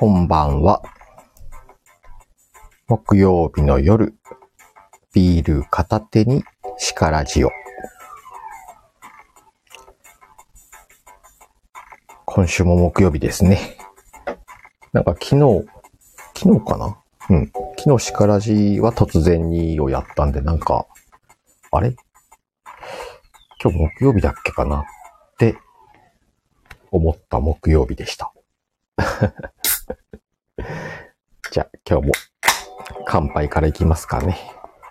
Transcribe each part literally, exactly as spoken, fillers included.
こんばんは。木曜日の夜、ビール片手にシカラジオ。今週も木曜日ですね。なんか昨日、昨日かなうん。昨日シカラジは突然にをやったんで、なんか、あれ今日木曜日だっけかなって思った木曜日でした。じゃあ今日も乾杯からいきますかね。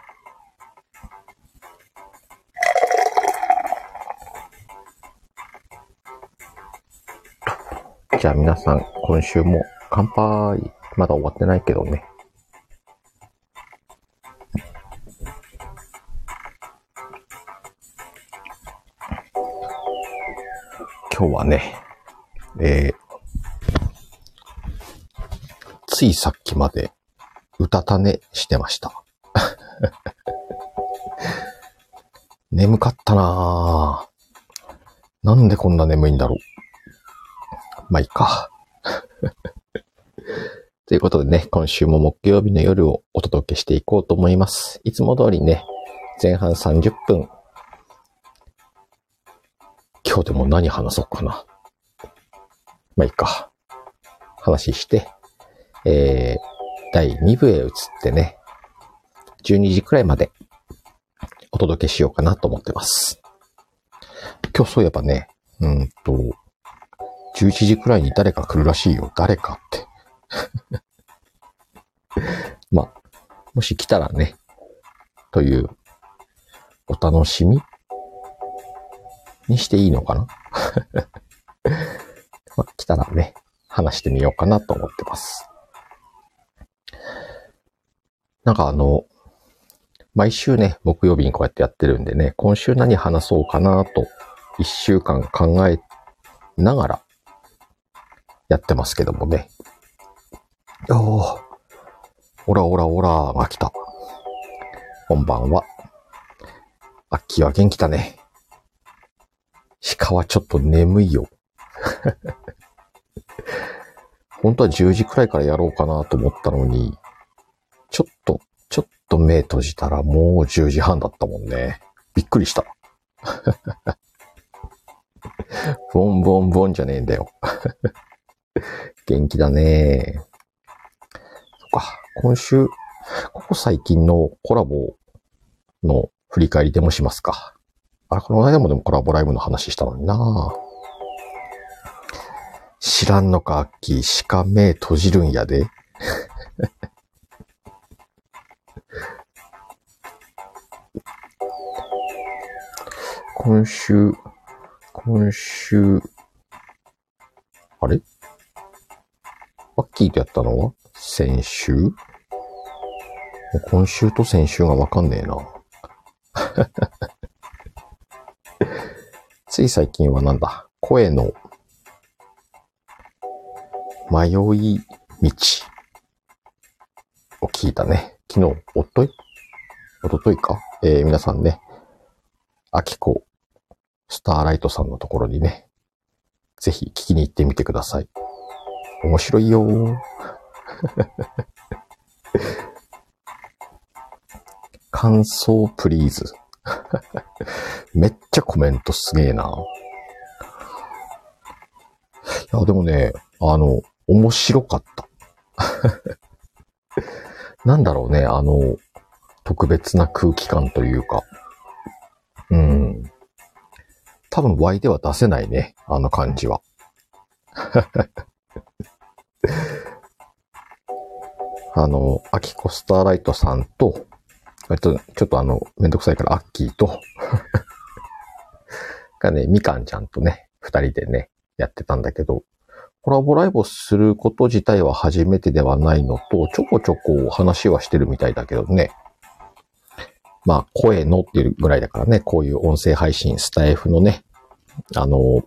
じゃあ皆さん今週も乾杯。まだ終わってないけどね。今日はね、えー、ついさっきまでうたた寝してました。眠かったなぁ。なんでこんな眠いんだろう。まあいいか。ということでね、今週も木曜日の夜をお届けしていこうと思います。いつも通りね、前半さんじゅっぷん。今日でも何話そうかな。まあいいか。話して、えー、だいに部へ移ってね、じゅうにじくらいまでお届けしようかなと思ってます。今日そういえばね、うんと、じゅういちじくらいに誰か来るらしいよ。誰かって。まあ、もし来たらね、というお楽しみにしていいのかな、まあ、来たらね、話してみようかなと思ってます。なんかあの、毎週ね、木曜日にこうやってやってるんでね、今週何話そうかなと、一週間考えながらやってますけどもね。おー、オラオラオラが来た。こんばんは。アッキーは元気だね。鹿はちょっと眠いよ。本当はじゅうじくらいからやろうかなと思ったのに、ちょっと、ちょっと目閉じたらもうじゅうじはんだったもんね。びっくりした。ボンボンボンじゃねえんだよ。元気だね。そっか、今週、ここ最近のコラボの振り返りでもしますか。あ、この間もでもコラボライブの話したのにな。知らんのか、アッキー。鹿目閉じるんやで。今週、今週、あれアッキーとやったのは先週？もう今週と先週がわかんねえな。つい最近はなんだ、声の迷い道を聞いたね。昨日、おとといおとといか、えー、皆さんね、アキコスターライトさんのところにね、ぜひ聞きに行ってみてください。面白いよー。感想プリーズ。めっちゃコメントすげえな。いや、でもね、あの、面白かった。なんだろうね、あの、特別な空気感というか。うん。多分 Y では出せないね、あの感じは。あの、アキコスターライトさんと、えっと、ちょっとあの、めんどくさいからアッキーと、がね、みかんちゃんとね、二人でね、やってたんだけど、コラボライブをすること自体は初めてではないのと、ちょこちょこ話はしてるみたいだけどね。まあ、声のっていうぐらいだからね、こういう音声配信、スタイフのね、あの、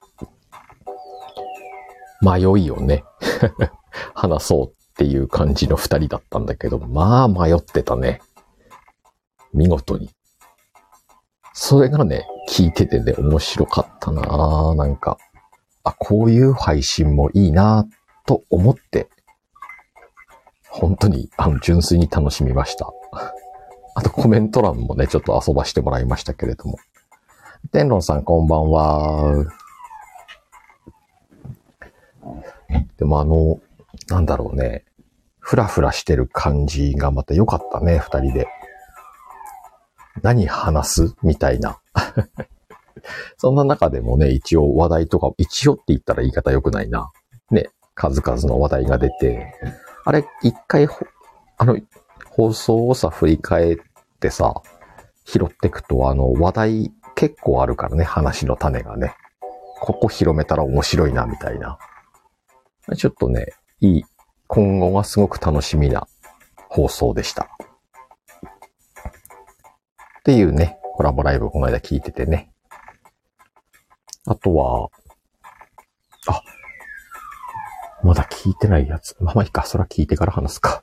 迷いをね、話そうっていう感じの二人だったんだけど、まあ迷ってたね。見事に。それがね、聞いててね、面白かったなぁ。なんか、あ、こういう配信もいいなぁと思って本当に、あの、純粋に楽しみました。あとコメント欄もね、ちょっと遊ばしてもらいましたけれども。天論さんこんばんは。でもあの、なんだろうね。ふらふらしてる感じがまた良かったね、二人で。何話すみたいな。そんな中でもね、一応話題とか、一応って言ったら言い方良くないな。ね、数々の話題が出て、あれ、一回、あの、放送をさ、振り返ってさ、拾ってくと、あの、話題結構あるからね、話の種がね。ここ広めたら面白いな、みたいな。ちょっとね、いい、今後がすごく楽しみな放送でした。っていうね、コラボライブこの間聞いててね。あとは、あ、まだ聞いてないやつ。まあまあいいか、それは聞いてから話すか。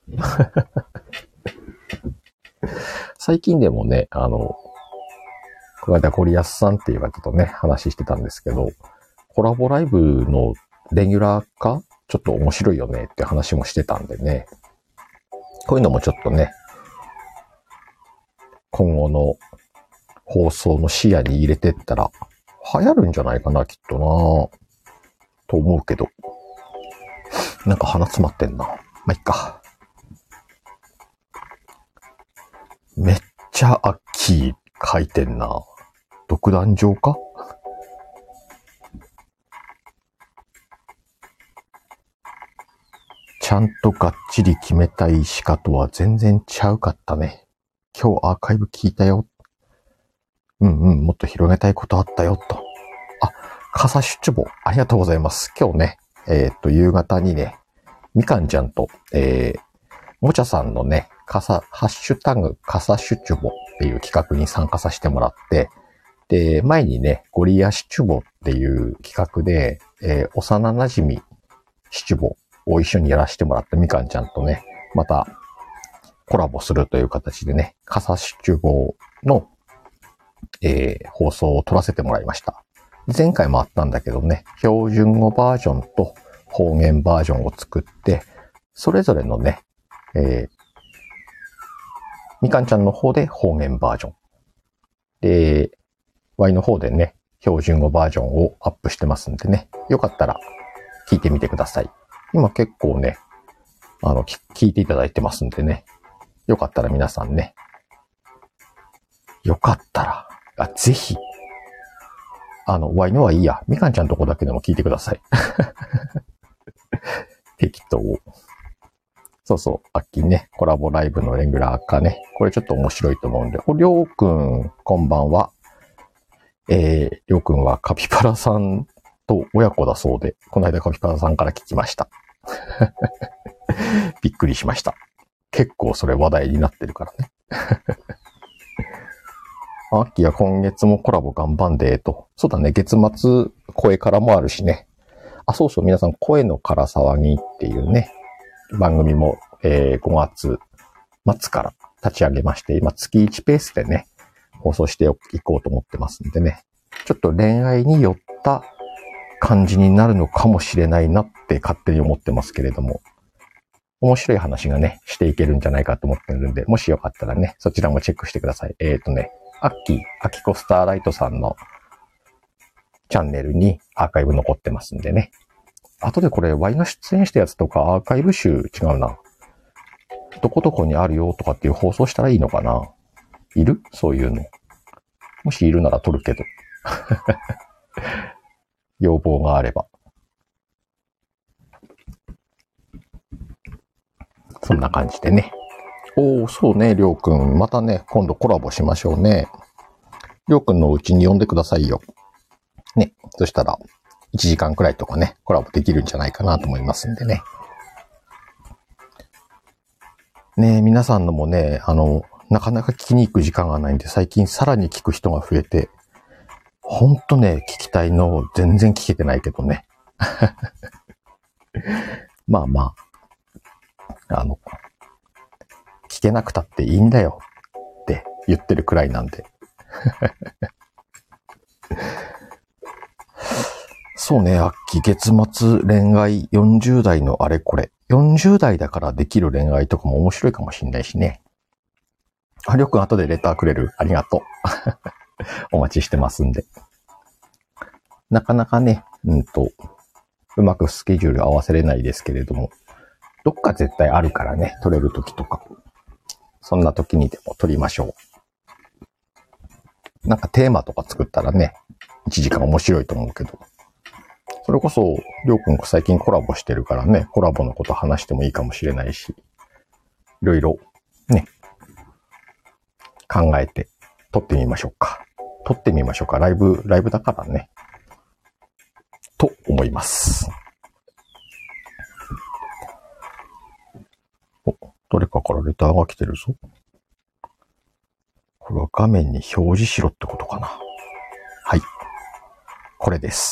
最近でもね、あの、この間ゴリアスさんっていう方とね、話してたんですけど、コラボライブのレギュラー化ちょっと面白いよねって話もしてたんでね。こういうのもちょっとね、今後の放送の視野に入れてったら流行るんじゃないかな、きっとなと思うけど。なんか鼻詰まってんな。まあ、いっか。めっちゃアッキー書いてんな。独壇場か？ちゃんとがっちり決めたい鹿とは全然ちゃうかったね。今日アーカイブ聞いたよ。うんうん、もっと広げたいことあったよ、と。あ、傘出張、ありがとうございます。今日ね、えー、っと、夕方にね、みかんちゃんと、えー、もちゃさんのね、傘、ハッシュタグ、傘出張っていう企画に参加させてもらって、で、前にね、ゴリア出張っていう企画で、えー、幼馴染出張を一緒にやらせてもらって、みかんちゃんとね、またコラボするという形でね、傘出張の、えー、放送を撮らせてもらいました。前回もあったんだけどね、標準語バージョンと方言バージョンを作って、それぞれのね、えー、みかんちゃんの方で方言バージョン。で、Y の方でね、標準語バージョンをアップしてますんでね、よかったら聞いてみてください。今結構ね、あの、聞いていただいてますんでね、よかったら皆さんね、よかったら、あ、ぜひ、あの、Y のはいいや、みかんちゃんのとこだけでも聞いてください。適当。そうそう、秋ね、コラボライブのレギュラー化ね。これちょっと面白いと思うんで。お、りょうくん、こんばんは。えー、りょうくんはカピバラさんと親子だそうで、この間カピバラさんから聞きました。びっくりしました。結構それ話題になってるからね。アッキーは今月もコラボ頑張んで、と。そうだね、月末声からもあるしね。あ、そうそう、皆さん、声のから騒ぎっていうね、番組も、えー、ごがつ末から立ち上げまして、今月いちペースでね、放送していこうと思ってますんでね。ちょっと恋愛に寄った感じになるのかもしれないなって勝手に思ってますけれども、面白い話がね、していけるんじゃないかと思ってるんで、もしよかったらね、そちらもチェックしてください。えっとね、アッキー、アキコスターライトさんのチャンネルにアーカイブ残ってますんでね。後でこれ、Y の出演したやつとかアーカイブ集違うな。どこどこにあるよとかっていう放送したらいいのかな？いる？そういうの。もしいるなら撮るけど。要望があれば。そんな感じでね。おー、そうね、りょうくん。またね、今度コラボしましょうね。りょうくんのうちに呼んでくださいよ。ね。そしたら、いちじかんくらいとかね、コラボできるんじゃないかなと思いますんでね。ねえ、皆さんのもね、あの、なかなか聞きに行く時間がないんで、最近さらに聞く人が増えて、ほんとね、聞きたいの全然聞けてないけどね。まあまあ、あの、聞けなくたっていいんだよって言ってるくらいなんで。 そうね、秋月末恋愛よんじゅう代のあれこれ。よんじゅう代だからできる恋愛とかも面白いかもしんないしね。あ、りょうくん後でレターくれる？ありがとう。お待ちしてますんで。なかなかね、うんと、うまくスケジュール合わせれないですけれども、どっか絶対あるからね、撮れる時とか。そんな時にでも撮りましょう。なんかテーマとか作ったらね、いちじかん面白いと思うけど。それこそ、りょうくん最近コラボしてるからね、コラボのこと話してもいいかもしれないし、いろいろね、考えて撮ってみましょうか。撮ってみましょうか。ライブ、ライブだからね。と思います。お、誰かからレターが来てるぞ。これは画面に表示しろってことかな。はい。これです。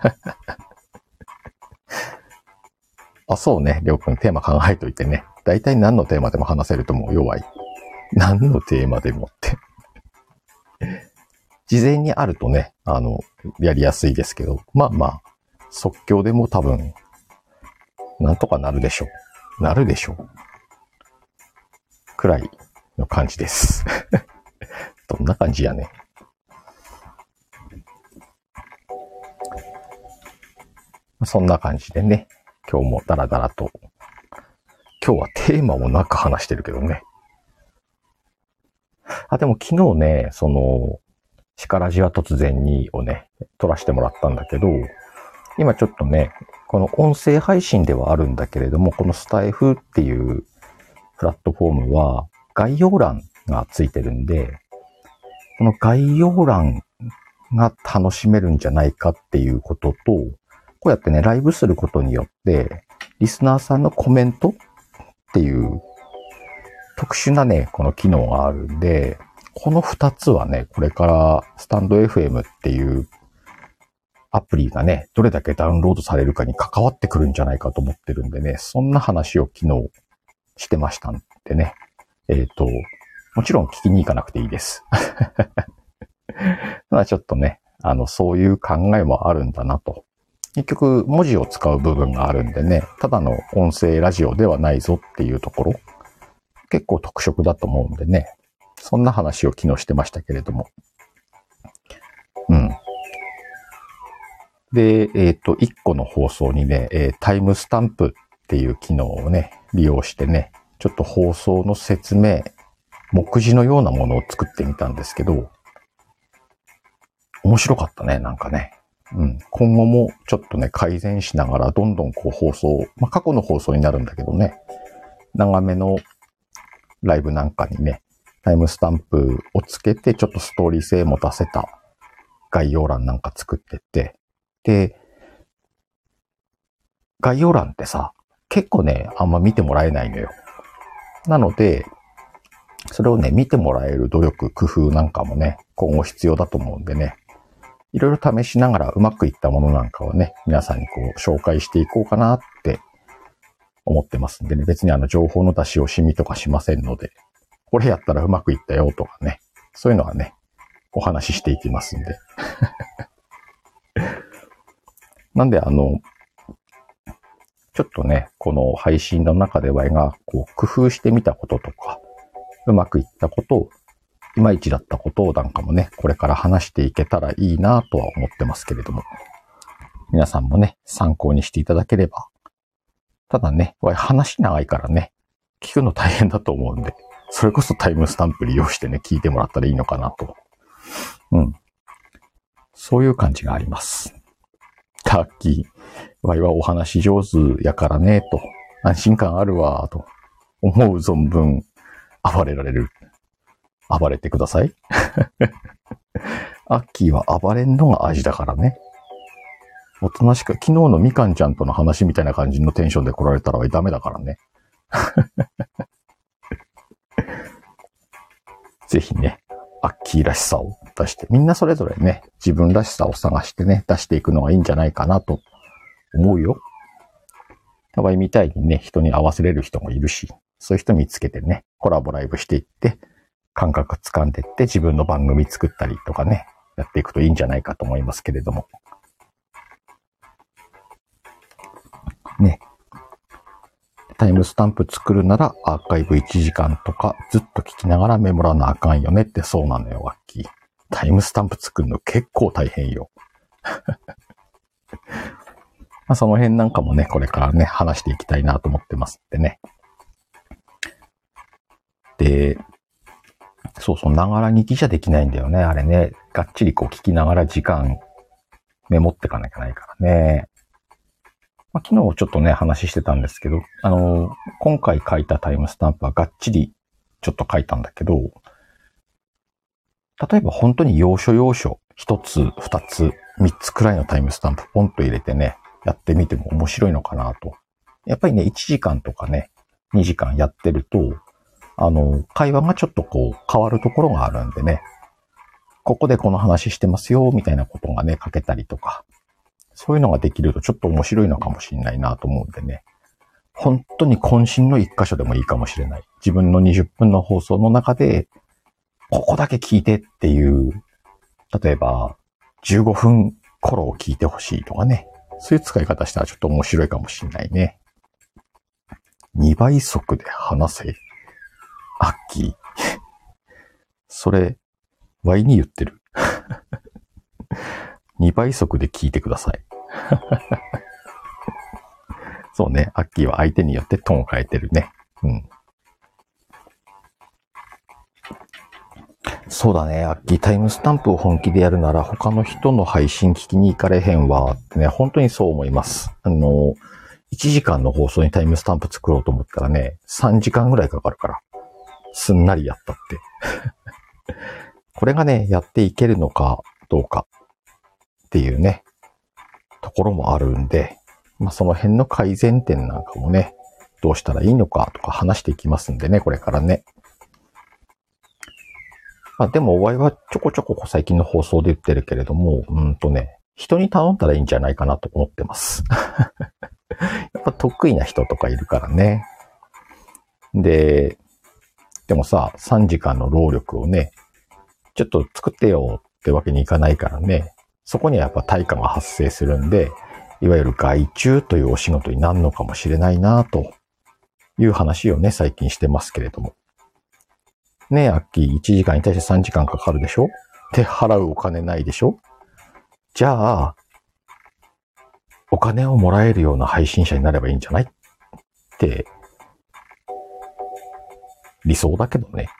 あ、そうね。りょうくんテーマ考えといてね。だいたい何のテーマでも話せるともう弱い。何のテーマでもって。事前にあるとね、あの、やりやすいですけど、まあまあ、即興でも多分、なんとかなるでしょう。なるでしょう。くらいの感じです。どんな感じやね。そんな感じでね、今日もダラダラと、今日はテーマもなく話してるけどね。あ、でも昨日ね、その、シカラジは突然にをね、撮らせてもらったんだけど、今ちょっとね、この音声配信ではあるんだけれども、このスタイフっていうプラットフォームは概要欄がついてるんで、この概要欄が楽しめるんじゃないかっていうことと、こうやってね、ライブすることによって、リスナーさんのコメントっていう特殊なね、この機能があるんで、この二つはね、これからスタンド エフエム っていうアプリがね、どれだけダウンロードされるかに関わってくるんじゃないかと思ってるんでね、そんな話を昨日してましたんでね。えっと、もちろん聞きに行かなくていいです。ただちょっとね、あの、そういう考えもあるんだなと。結局、文字を使う部分があるんでね、ただの音声ラジオではないぞっていうところ、結構特色だと思うんでね、そんな話を昨日してましたけれども。うん。で、えっと、一個の放送にね、えー、タイムスタンプっていう機能をね、利用してね、ちょっと放送の説明、目次のようなものを作ってみたんですけど、面白かったね、なんかね。うん。今後もちょっとね、改善しながら、どんどんこう放送、まあ、過去の放送になるんだけどね、長めのライブなんかにね、タイムスタンプをつけて、ちょっとストーリー性も出せた概要欄なんか作ってって、で、概要欄ってさ、結構ね、あんま見てもらえないのよ。なので、それをね、見てもらえる努力、工夫なんかもね、今後必要だと思うんでね、いろいろ試しながらうまくいったものなんかをね、皆さんにこう紹介していこうかなって思ってますんでね、別にあの情報の出し惜しみとかしませんので、これやったらうまくいったよとかね、そういうのはね、お話ししていきますんで。なんであの、ちょっとね、この配信の中ではが、こう、工夫してみたこととか、うまくいったことを、いまいちだったことをなんかもね、これから話していけたらいいなとは思ってますけれども、皆さんもね、参考にしていただければ。ただね、話長いからね、聞くの大変だと思うんで、それこそタイムスタンプ利用してね、聞いてもらったらいいのかなと。うん。そういう感じがあります。タッキー、ワイはお話上手やからね、と。安心感あるわ、と。思う存分、暴れられる。暴れてください。アッキーは暴れんのが味だからね。おとなしく、昨日のみかんちゃんとの話みたいな感じのテンションで来られたらダメだからね。ぜひね、アッキーらしさを出して、みんなそれぞれね、自分らしさを探してね、出していくのがいいんじゃないかなと思うよ。ワイみたいにね、人に合わせれる人もいるし、そういう人見つけてね、コラボライブしていって、感覚掴んでいって自分の番組作ったりとかね、やっていくといいんじゃないかと思いますけれども。 ね。タイムスタンプ作るならアーカイブいちじかんとかずっと聞きながらメモらなあかんよねってそうなのよ、ワッキー。タイムスタンプ作るの結構大変よ。まあその辺なんかもね、これからね、話していきたいなと思ってますってね。で、そうそう、ながら聞きじゃできないんだよね、あれね。がっちりこう聞きながら時間メモってかなきゃないからね。まあ、昨日ちょっとね、話してたんですけど、あの、今回書いたタイムスタンプはがっちりちょっと書いたんだけど、例えば本当に要所要所、一つ、二つ、三つくらいのタイムスタンプポンと入れてね、やってみても面白いのかなと。やっぱりね、いちじかんとかね、にじかんやってると、あの、会話がちょっとこう変わるところがあるんでね、ここでこの話してますよ、みたいなことがね、書けたりとか、そういうのができるとちょっと面白いのかもしれないなと思うんでね。本当に渾身の一箇所でもいいかもしれない。自分のにじゅっぷんの放送の中で、ここだけ聞いてっていう、例えばじゅうごふん頃を聞いてほしいとかね。そういう使い方したらちょっと面白いかもしれないね。にばい速で話せ。アッキー。それ、ワイに言ってる。にばい速で聞いてください。そうね、アッキーは相手によってトーンを変えてるね。うん。そうだね、アッキータイムスタンプを本気でやるなら他の人の配信聞きに行かれへんわってね、本当にそう思います。あの、いちじかんの放送にタイムスタンプ作ろうと思ったらね、さんじかんぐらいかかるから。すんなりやったって。これがね、やっていけるのかどうかっていうね、ところもあるんで、まあ、その辺の改善点なんかもね、どうしたらいいのかとか話していきますんでね、これからね。まあ、でも、お前はちょこちょこ最近の放送で言ってるけれども、うんとね、人に頼んだらいいんじゃないかなと思ってます。やっぱ得意な人とかいるからね。で、でもさ、さんじかんの労力をね、ちょっと作ってよってわけにいかないからね、そこにはやっぱ対価が発生するんで、いわゆる外注というお仕事になるのかもしれないなという話をね、最近してますけれども。ねえ、アッキーいちじかんに対してさんじかんかかるでしょ？で、払うお金ないでしょ？じゃあ、お金をもらえるような配信者になればいいんじゃない？って、理想だけどね。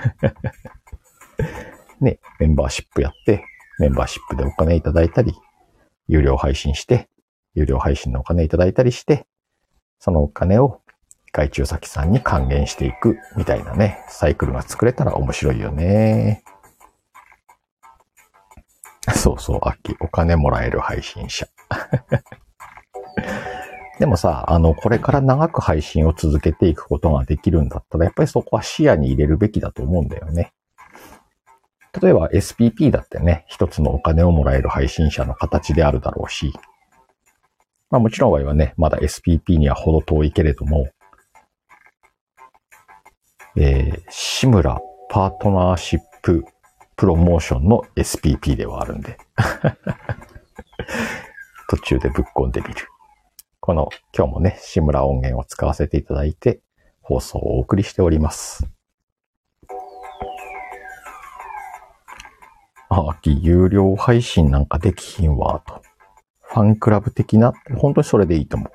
ね、メンバーシップやって、メンバーシップでお金いただいたり、有料配信して、有料配信のお金いただいたりして、そのお金を外注先さんに還元していくみたいなね、サイクルが作れたら面白いよね。そうそう、秋、お金もらえる配信者。でもさ、あの、これから長く配信を続けていくことができるんだったら、やっぱりそこは視野に入れるべきだと思うんだよね。例えば エスピーピー だってね、一つのお金をもらえる配信者の形であるだろうし、まあもちろん我々はね、まだ エスピーピー にはほど遠いけれども、えー、志村パートナーシッププロモーションの エスピーピー ではあるんで、途中でぶっ込んでみる。この今日もね、志村音源を使わせていただいて、放送をお送りしております。あ、秋、有料配信なんかできひんわ、と。ファンクラブ的な、本当にそれでいいと思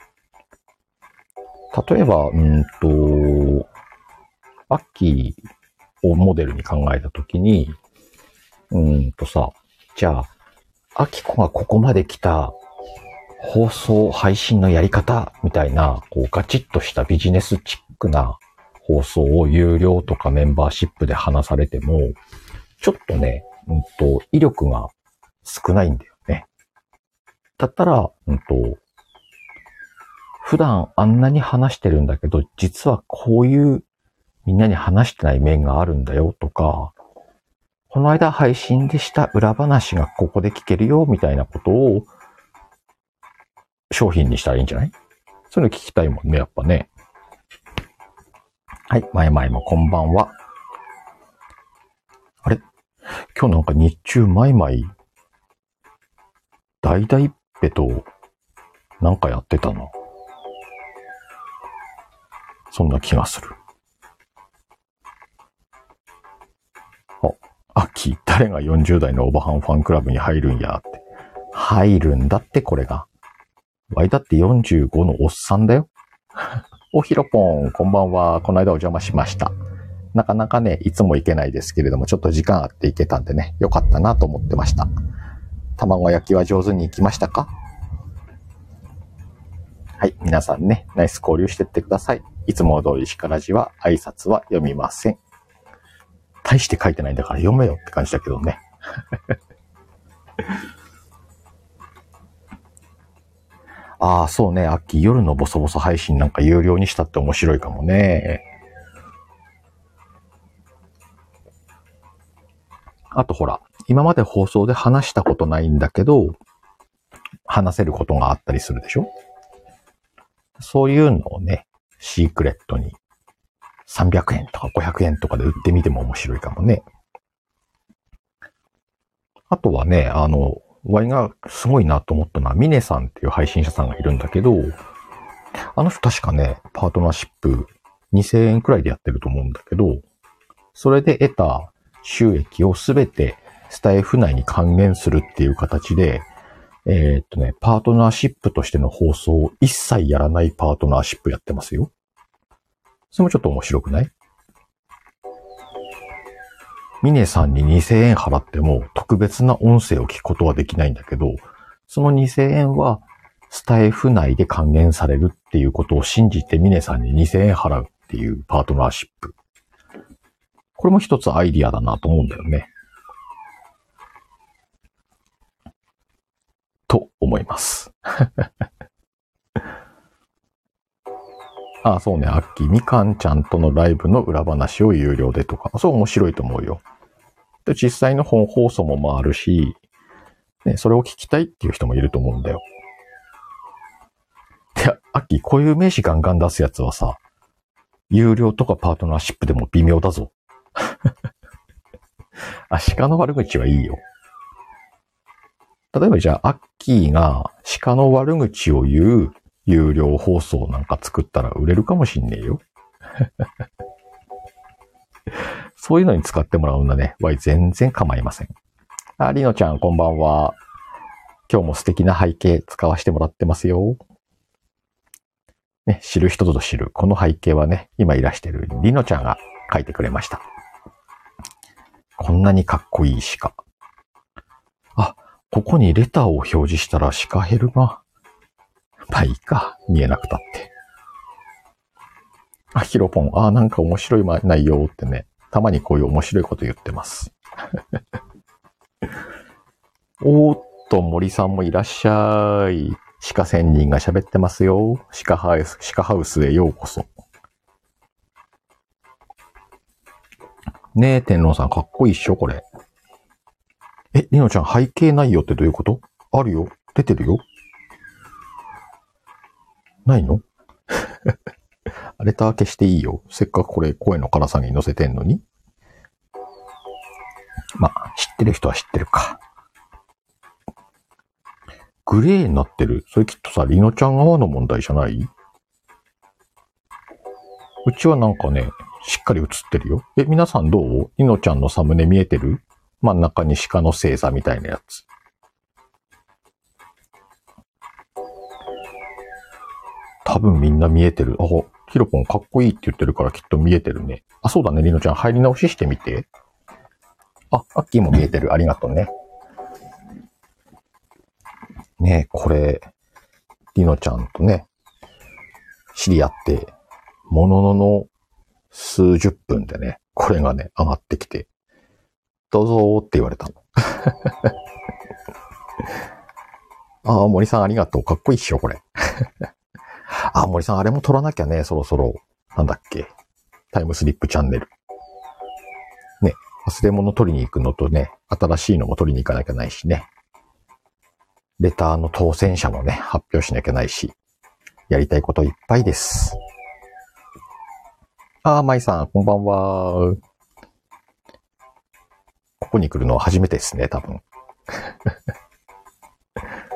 う。例えば、うんと、秋をモデルに考えたときに、うんとさ、じゃあ、秋子がここまで来た放送配信のやり方みたいな、こうガチッとしたビジネスチックな放送を有料とかメンバーシップで話されても、ちょっとね、うんと、威力が少ないんだよね。だったら、うんと、普段あんなに話してるんだけど、実はこういうみんなに話してない面があるんだよとか、この間配信でした裏話がここで聞けるよみたいなことを商品にしたらいいんじゃない？そういうの聞きたいもんね、やっぱね。はい、まいまいもこんばんは。あれ？今日なんか日中まいまい、大々っぺとなんかやってたな。 そんな気がする。あ、アッキー、誰がよんじゅう代のオバハンファンクラブに入るんやって。入るんだってこれが。わいだってよんじゅうごのおっさんだよ。おひろぽん、こんばんは。この間お邪魔しました。なかなかね、いつも行けないですけれども、ちょっと時間あって行けたんでね、よかったなと思ってました。卵焼きは上手に行きましたか？はい、皆さんね、ナイス交流してってください。いつも通りしからじは挨拶は読みません。大して書いてないんだから読めよって感じだけどね。ああ、そうね、アッキー、夜のボソボソ配信なんか有料にしたって面白いかもね。あとほら、今まで放送で話したことないんだけど、話せることがあったりするでしょ？そういうのをね、シークレットにさんびゃくえんとかごひゃくえんとかで売ってみても面白いかもね。あとはね、あの、ワイがすごいなと思ったのは、ミネさんっていう配信者さんがいるんだけど、あの人確かね、パートナーシップにせんえんくらいでやってると思うんだけど、それで得た収益をすべてスタイフ内に還元するっていう形で、えー、っとね、パートナーシップとしての放送を一切やらないパートナーシップやってますよ。それもちょっと面白くない？ミネさんににせんえん払っても特別な音声を聞くことはできないんだけど、そのにせんえんはスタイフ内で還元されるっていうことを信じてミネさんににせんえん払うっていうパートナーシップ。これも一つアイディアだなと思うんだよね。と思います。ああ、そうね、アッキー、みかんちゃんとのライブの裏話を有料でとか、そう面白いと思うよ。で、実際の本放送もあるし、ね、それを聞きたいっていう人もいると思うんだよ。で、アッキー、こういう名詞ガンガン出すやつはさ、有料とかパートナーシップでも微妙だぞ。あ、鹿の悪口はいいよ。例えばじゃあ、アッキーが鹿の悪口を言う有料放送なんか作ったら売れるかもしんねえよ。そういうのに使ってもらうのね、わい全然構いません。あ、りのちゃんこんばんは。今日も素敵な背景使わせてもらってますよ。ね、知る人ぞ知る。この背景はね、今いらしてるりのちゃんが描いてくれました。こんなにかっこいい鹿。あ、ここにレターを表示したら鹿減るな。まあいいか。見えなくたって。あ、ヒロポン。あ、なんか面白い内容ってね。たまにこういう面白いこと言ってます。おーっと、森さんもいらっしゃい。鹿仙人が喋ってますよ。鹿ハウス、鹿ハウスへようこそ。ねえ、天皇さんかっこいいっしょ、これ。え、りのちゃん背景内容ってどういうこと？あるよ。出てるよ。ないの？レター消していいよ。せっかくこれ声の辛さに載せてんのに。まあ、知ってる人は知ってるか。グレーになってる。それきっとさ、りのちゃん側の問題じゃない？うちはなんかね、しっかり映ってるよ。え、皆さんどう？りのちゃんのサムネ見えてる？真ん中に鹿の星座みたいなやつ。多分みんな見えてる。あ、ヒロポンかっこいいって言ってるからきっと見えてるね。あ、そうだね、りのちゃん入り直ししてみて。あ、アッキーも見えてる。ありがとうね。ねえ、これ、りのちゃんとね、知り合って、もののの数十分でね、これがね、上がってきて、どうぞーって言われたの。ああ、森さんありがとう。かっこいいっしょ、これ。あ、森さん、あれも撮らなきゃね、そろそろ。なんだっけ。タイムスリップチャンネル。ね、忘れ物取りに行くのとね、新しいのも取りに行かなきゃないしね。レターの当選者もね、発表しなきゃないし。やりたいこといっぱいです。あー、舞さん、こんばんは。ここに来るのは初めてですね、多分。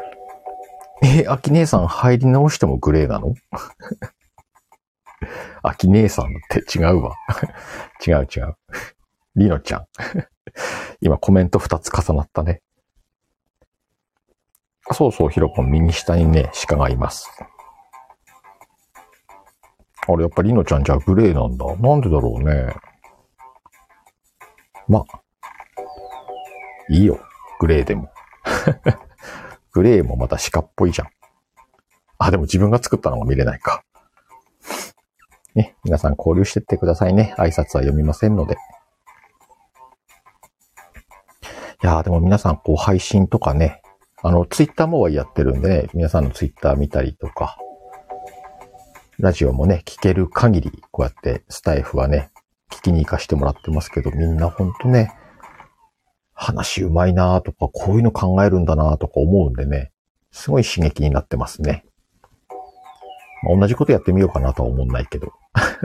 えー、秋姉さん入り直してもグレーなの？あ、 あき姉さんって違うわ。違う違う。りのちゃん。今コメント二つ重なったね。そうそう、ひろぽん、右下にね、鹿がいます。あれ、やっぱりりのちゃんじゃあグレーなんだ。なんでだろうね。ま、いいよ。グレーでも。グレーもまた鹿っぽいじゃん。あ、でも自分が作ったのが見れないか。ね、皆さん交流してってくださいね。挨拶は読みませんので。いやーでも皆さんこう配信とかね、あの、ツイッターもやってるんでね、皆さんのツイッター見たりとか、ラジオもね、聞ける限り、こうやってスタイフはね、聞きに行かしてもらってますけど、みんなほんとね、話うまいなーとか、こういうの考えるんだなーとか思うんでね、すごい刺激になってますね。まあ、同じことやってみようかなとは思んないけど。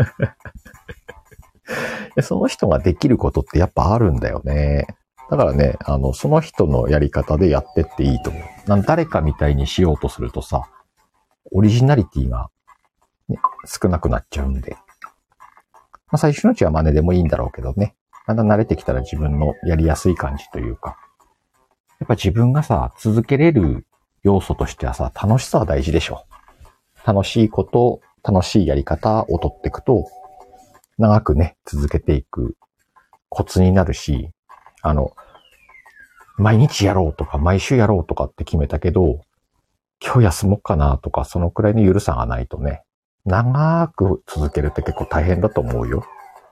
その人ができることってやっぱあるんだよね。だからね、あの、その人のやり方でやってっていいと思う。なん誰かみたいにしようとするとさ、オリジナリティが、ね、少なくなっちゃうんで。まあ、最初のうちは真似でもいいんだろうけどね。だんだん慣れてきたら自分のやりやすい感じというか。やっぱ自分がさ、続けれる要素としてはさ、楽しさは大事でしょ。楽しいこと、楽しいやり方を取っていくと、長くね、続けていくコツになるし、あの、毎日やろうとか、毎週やろうとかって決めたけど、今日休もうかなとか、そのくらいの緩さがないとね、長く続けるって結構大変だと思うよ。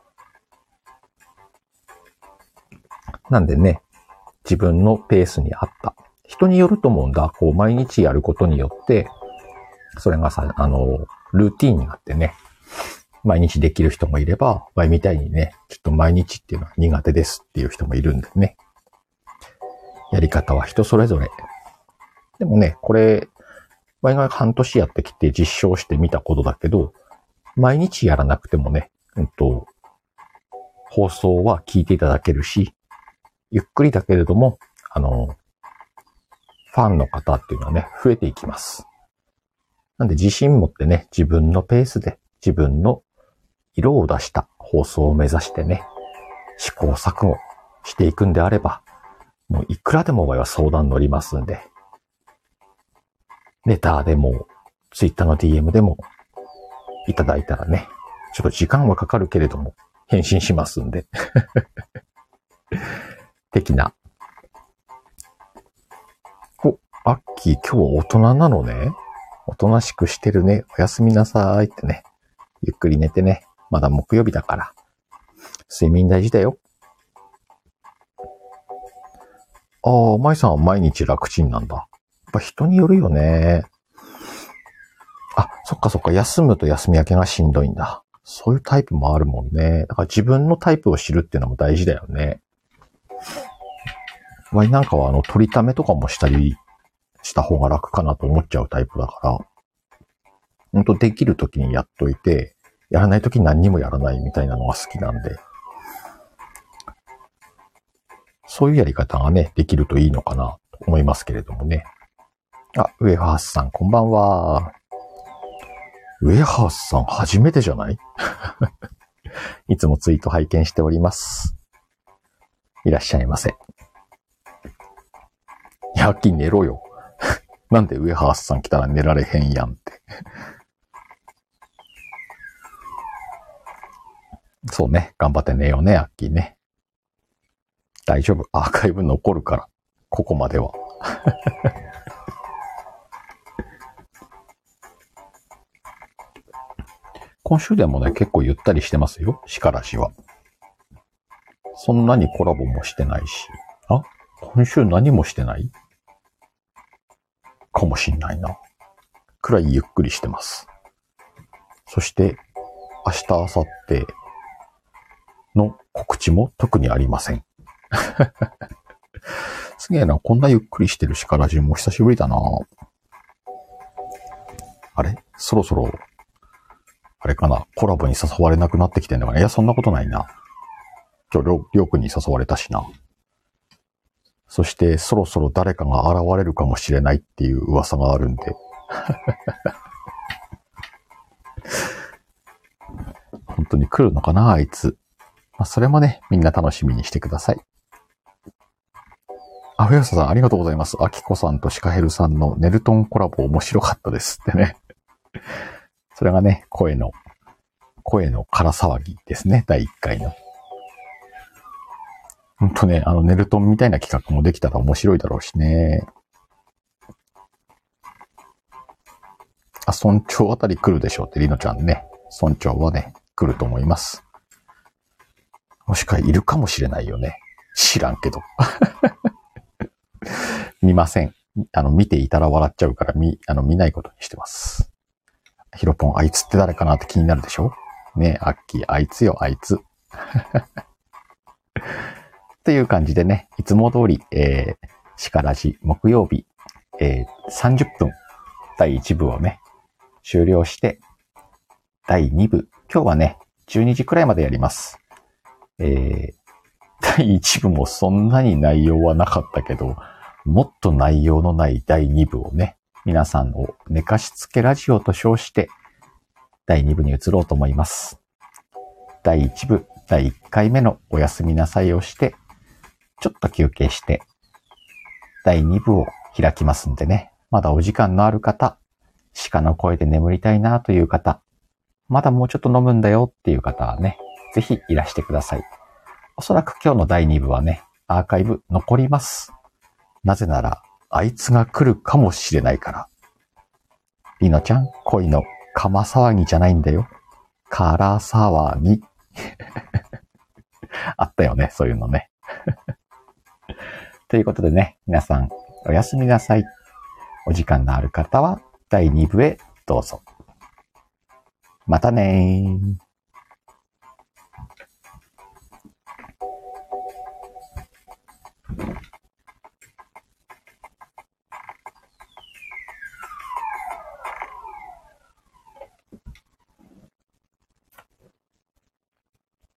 なんでね、自分のペースに合った。人によると思うんだ。こう、毎日やることによって、それがさ、あの、ルーティーンになってね、毎日できる人もいれば、前みたいにね、ちょっと毎日っていうのは苦手ですっていう人もいるんでね。やり方は人それぞれ。でもね、これ、前が半年やってきて実証してみたことだけど、毎日やらなくてもね、うんと、放送は聞いていただけるし、ゆっくりだけれども、あの、ファンの方っていうのはね、増えていきます。なんで自信持ってね、自分のペースで自分の色を出した放送を目指してね、試行錯誤していくんであれば、もういくらでもお前は相談乗りますんで、レターでも、ツイッターの ディーエム でもいただいたらね、ちょっと時間はかかるけれども、返信しますんで。的な。お、アッキー今日は大人なのね。おとなしくしてるね。おやすみなさいってね。ゆっくり寝てね。まだ木曜日だから。睡眠大事だよ。ああ、舞さんは毎日楽ちんなんだ。やっぱ人によるよね。あ、そっかそっか。休むと休み明けがしんどいんだ。そういうタイプもあるもんね。だから自分のタイプを知るっていうのも大事だよね。ワイなんかはあの、取りためとかもしたりした方が楽かなと思っちゃうタイプだから、ほんとできるときにやっといて、やらないとき何にもやらないみたいなのが好きなんで、そういうやり方がね、できるといいのかなと思いますけれどもね。あ、ウェハースさんこんばんは。ウェハースさん初めてじゃないいつもツイート拝見しております。いらっしゃいませ。やっき寝ろよ。なんでウェハースさん来たら寝られへんやんって。そうね。頑張って寝ようね、アッキーね。大丈夫。アーカイブ残るから。ここまでは。今週でもね、結構ゆったりしてますよ。しからしは。そんなにコラボもしてないし。あ、今週何もしてないかもしんないな。くらいゆっくりしてます。そして、明日、明後日の告知も特にありません。すげえな、こんなゆっくりしてるしからじも久しぶりだな。あれそろそろ、あれかなコラボに誘われなくなってきてんのかな。いや、そんなことないな。今日、りょうくんに誘われたしな。そして、そろそろ誰かが現れるかもしれないっていう噂があるんで。 本当に来るのかな、あいつ。まあ、それもね、みんな楽しみにしてください。あ、ふやささんありがとうございます。あきこさんとシカヘルさんのネルトンコラボ面白かったですってね。それがね、声の、声の空騒ぎですね、だいいっかいの。ほんとね、あのネルトンみたいな企画もできたら面白いだろうしね。あ、村長あたり来るでしょうってリノちゃんね。村長はね、来ると思います。もしかいるかもしれないよね。知らんけど。見ません。あの、見ていたら笑っちゃうから見、あの、見ないことにしてます。ヒロポン、あいつって誰かなって気になるでしょねえ、アッキー、あいつよ、あいつ。という感じでね、いつも通り、えー、シカラジ木曜日、えー、さんじゅっぷん、だいいち部をね、終了して、だいに部、今日はね、じゅうにじくらいまでやります。えー、だいいち部もそんなに内容はなかったけど、もっと内容のないだいに部をね、皆さんを寝かしつけラジオと称して、だいに部に移ろうと思います。だいいち部、だいいっかいめのおやすみなさいをして、ちょっと休憩して、だいに部を開きますんでね、まだお時間のある方、鹿の声で眠りたいなという方、まだもうちょっと飲むんだよっていう方はね、ぜひいらしてください。おそらく今日のだいに部はね、アーカイブ残ります。なぜなら、あいつが来るかもしれないから。リノちゃん、恋の釜騒ぎじゃないんだよ。空騒ぎ。あったよね、そういうのね。ということでね、皆さんおやすみなさい。お時間のある方はだいに部へどうぞ。またねー。